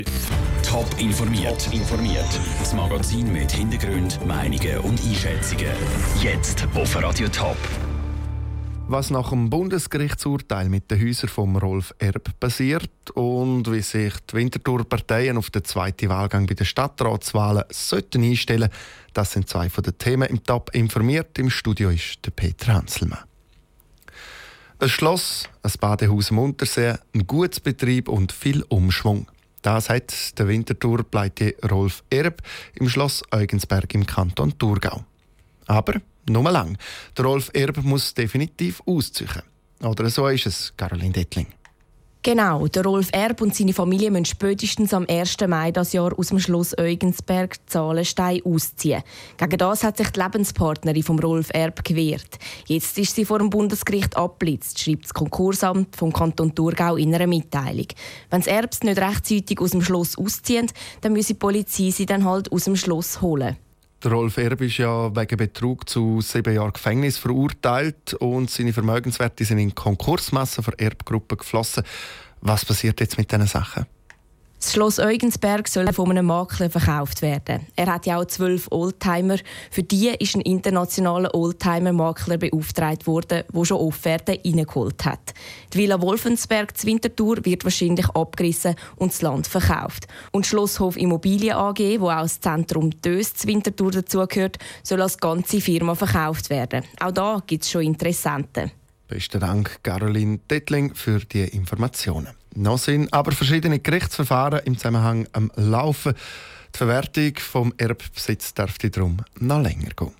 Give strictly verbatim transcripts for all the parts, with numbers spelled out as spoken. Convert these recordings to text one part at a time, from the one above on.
Top informiert. Top informiert. Das Magazin mit Hintergrund, Meinungen und Einschätzungen. Jetzt auf Radio Top. Was nach dem Bundesgerichtsurteil mit den Häusern von Rolf Erb passiert und wie sich die Winterthurer Parteien auf den zweiten Wahlgang bei den Stadtratswahlen sollten einstellen, das sind zwei von den Themen im Top informiert. Im Studio ist der Peter Hanselmann. Ein Schloss, ein Badehaus am Untersee, ein Gutsbetrieb und viel Umschwung. Das hat der Winterthurer Pleite Rolf Erb im Schloss Eugensberg im Kanton Thurgau. Aber nur lang. Der Rolf Erb muss definitiv ausziehen. Oder so ist es, Caroline Dettling. Genau, der Rolf Erb und seine Familie müssen spätestens am ersten Mai dieses Jahr aus dem Schloss Eugensberg Zahlenstein ausziehen. Gegen das hat sich die Lebenspartnerin vom Rolf Erb gewehrt. Jetzt ist sie vor dem Bundesgericht abgeblitzt, schreibt das Konkursamt vom Kanton Thurgau in einer Mitteilung. Wenn die Erbs nicht rechtzeitig aus dem Schloss ausziehen, dann müsse die Polizei sie dann halt aus dem Schloss holen. Der Rolf Erb ist ja wegen Betrug zu sieben Jahren Gefängnis verurteilt und seine Vermögenswerte sind in Konkursmasse für Erbgruppen geflossen. Was passiert jetzt mit diesen Sachen? Das Schloss Eugensberg soll von einem Makler verkauft werden. Er hat ja auch zwölf Oldtimer. Für die ist ein internationaler Oldtimer-Makler beauftragt worden, der schon Offerten reingeholt hat. Die Villa Wolfensberg zu Winterthur wird wahrscheinlich abgerissen und das Land verkauft. Und Schlosshof Immobilien A G, wo auch das Zentrum Dös zu Winterthur dazugehört, soll als ganze Firma verkauft werden. Auch da gibt es schon Interessenten. Besten Dank, Caroline Dettling, für die Informationen. Noch sind aber verschiedene Gerichtsverfahren im Zusammenhang am Laufen. Die Verwertung vom Erbbesitz dürfte darum noch länger gehen.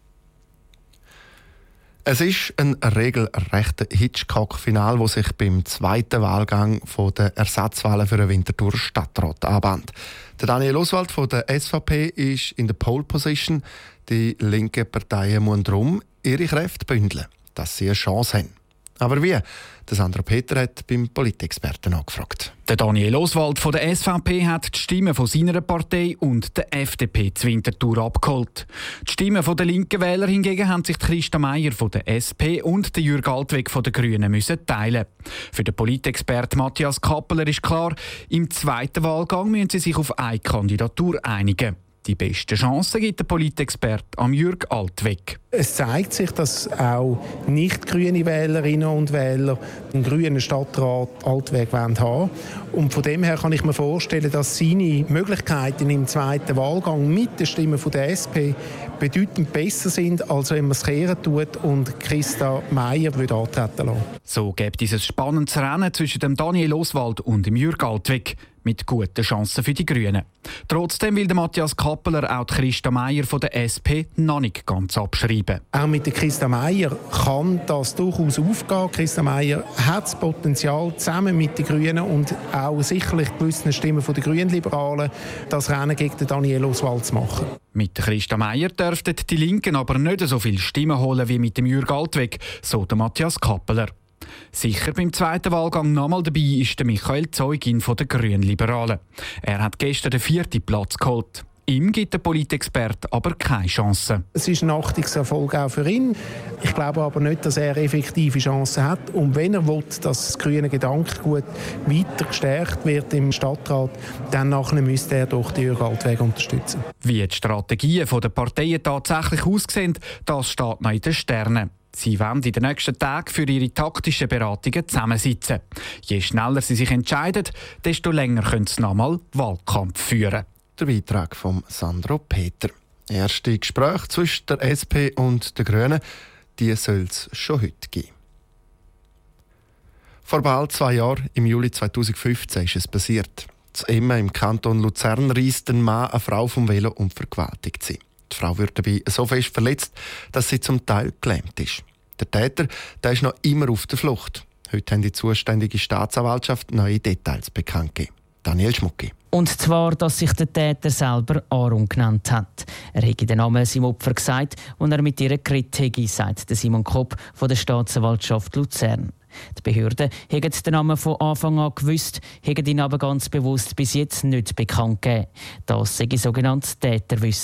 Es ist ein regelrechter Hitchcock-Final, das sich beim zweiten Wahlgang der Ersatzwahlen für den Winterthurer Stadtrat anbahnt. Der Daniel Oswald von der S V P ist in der Pole Position. Die linken Parteien müssen darum ihre Kräfte bündeln, dass sie eine Chance haben. Aber wie? Der Sandro Peter hat beim Politexperten angefragt. Der Daniel Oswald von der S V P hat die Stimmen von seiner Partei und der F D P zu Winterthur abgeholt. Die Stimmen der linken Wähler hingegen haben sich Christa Meier von der S P und der Jürg Altweg von den Grünen müssen teilen. Für den Politexperten Matthias Kappeler ist klar, im zweiten Wahlgang müssen sie sich auf eine Kandidatur einigen. Die beste Chance gibt der Politexperte am Jürg Altweg. Es zeigt sich, dass auch nicht grüne Wählerinnen und Wähler einen grünen Stadtrat Altweg haben wollen. Und von dem her kann ich mir vorstellen, dass seine Möglichkeiten im zweiten Wahlgang mit den Stimmen der S P bedeutend besser sind, als wenn man es kehren tut und Christa Meier antreten lassen. So gibt es ein spannendes Rennen zwischen dem Daniel Oswald und dem Jürg Altweg. Mit guten Chancen für die Grünen. Trotzdem will der Matthias Kappeler auch die Christa Meier von der S P noch nicht ganz abschreiben. Auch mit der Christa Meier kann das durchaus aufgehen. Christa Meier hat das Potenzial, zusammen mit den Grünen und auch sicherlich gewissen Stimmen der Grünliberalen, das Rennen gegen den Daniel Oswald zu machen. Mit der Christa Meier dürften die Linken aber nicht so viele Stimmen holen wie mit dem Jürg Altweg, so der Matthias Kappeler. Sicher beim zweiten Wahlgang nochmal dabei ist der Michael Zeugin von den Grünliberalen. Er hat gestern den vierten Platz geholt. Ihm gibt der Politexperte aber keine Chance. Es ist ein Achtungserfolg auch für ihn. Ich glaube aber nicht, dass er effektive Chancen hat. Und wenn er will, dass das grüne Gedankengut weiter gestärkt wird im Stadtrat, dann nachher müsste er doch die Jürg Altweg unterstützen. Wie die Strategien der Parteien tatsächlich aussehen, das steht noch in den Sternen. Sie werden in den nächsten Tagen für ihre taktischen Beratungen zusammensitzen. Je schneller sie sich entscheiden, desto länger können sie nochmal Wahlkampf führen. Der Beitrag von Sandro Peter. Erste Gespräche zwischen der S P und den Grünen, die soll es schon heute geben. Vor bald zwei Jahren, im Juli zweitausendfünfzehn, ist es passiert. Zu Emmen im Kanton Luzern reisst ein Mann eine Frau vom Velo und vergewaltigt sie. Die Frau wird dabei so fest verletzt, dass sie zum Teil gelähmt ist. Der Täter der ist noch immer auf der Flucht. Heute haben die zuständige Staatsanwaltschaft neue Details bekannt gegeben. Daniel Schmucki. Und zwar, dass sich der Täter selber Aaron genannt hat. Er hätte den Namen seinem Opfer gesagt, und er mit ihr geredet hätte, sagt Simon Kopp von der Staatsanwaltschaft Luzern. Die Behörden haben den Namen von Anfang an gewusst, haben ihn aber ganz bewusst bis jetzt nicht bekannt gegeben. Das sei sogenanntes Täterwissen.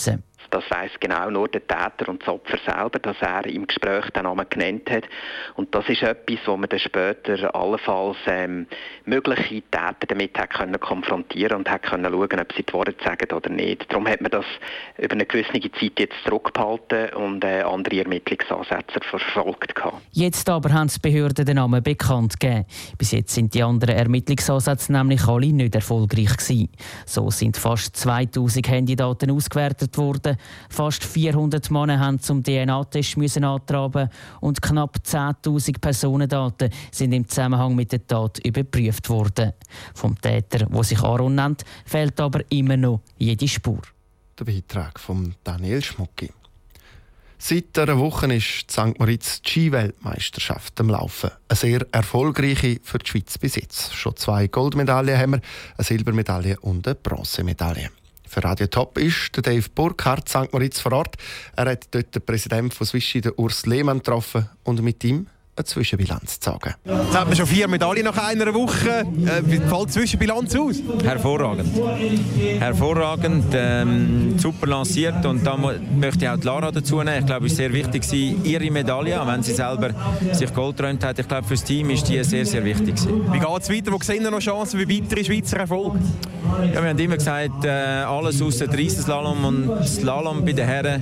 Das weiss genau nur der Täter und das Opfer selber, dass er im Gespräch den Namen genannt hat. Und das ist etwas, wo man dann später allenfalls ähm, mögliche Täter damit hat können konfrontieren und hat können schauen, ob sie die Wahrheit sagen oder nicht. Darum hat man das über eine gewisse Zeit jetzt zurückgehalten und äh, andere Ermittlungsansätze verfolgt gehabt. Jetzt aber haben die Behörden den Namen bekannt gegeben. Bis jetzt sind die anderen Ermittlungsansätze nämlich alle nicht erfolgreich gewesen. So sind fast zweitausend Handydaten ausgewertet worden, fast vierhundert Männer haben zum D N A-Test müssen antraben und knapp zehntausend Personendaten sind im Zusammenhang mit der Tat überprüft worden. Vom Täter, der sich Aaron nennt, fehlt aber immer noch jede Spur. Der Beitrag von Daniel Schmucki. Seit einer Woche ist die Sankt Moritz die Ski-Weltmeisterschaft am Laufen. Eine sehr erfolgreiche für die Schweiz bis jetzt. Schon zwei Goldmedaillen haben wir, eine Silbermedaille und eine Bronzemedaille. Für Radio Top ist der Dave Burkhardt Sankt Moritz vor Ort. Er hat dort den Präsidenten von Swissi, den Urs Lehmann, getroffen und mit ihm eine Zwischenbilanz zu sagen. Jetzt hat man schon vier Medaillen nach einer Woche. Äh, wie fällt die Zwischenbilanz aus? Hervorragend. Hervorragend, ähm, super lanciert. Und da möchte ich auch die Lara dazu nehmen. Ich glaube, es ist sehr wichtig, ihre Medaille, auch wenn sie selber sich Gold geträumt hat. Ich glaube, für das Team ist die sehr, sehr wichtig. Wie geht es weiter? Wo sehen Sie noch Chancen für weitere Schweizer Erfolge? Ja, wir haben immer gesagt, äh, alles außer der Riesenslalom und Slalom bei den Herren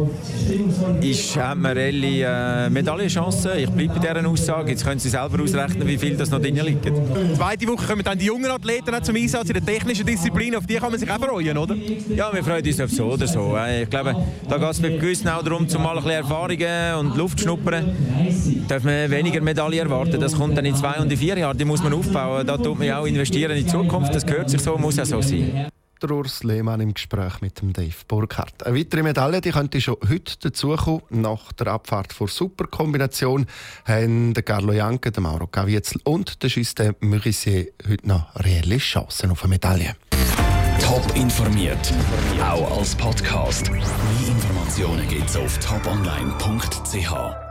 ist, hat man reelle äh, Medaillenchancen. Ich bleibe bei dieser Aussage. Jetzt können Sie selber ausrechnen, wie viel das noch drin liegt. Zweite Woche kommen dann die jungen Athleten zum Einsatz in der technischen Disziplin. Auf die kann man sich auch freuen, oder? Ja, wir freuen uns auf so oder so. Ich glaube, da geht es bei gewissen auch darum, zum mal ein bisschen Erfahrungen und Luft schnuppern. Da darf man weniger Medaillen erwarten. Das kommt dann in zwei und in vier Jahren. Die muss man aufbauen. Da tut man ja auch investieren in die Zukunft. Das gehört sich so, muss auch so sein. Der Urs Lehmann im Gespräch mit dem Dave Burkhardt. Eine weitere Medaille die könnte schon heute dazukommen. Nach der Abfahrt vor Superkombination haben der Carlo Janke, der Mauro Caviezel und der Justin Murissier heute noch reelle Chancen auf eine Medaille. Top informiert, auch als Podcast. Mehr Informationen gibt's auf top online punkt c h.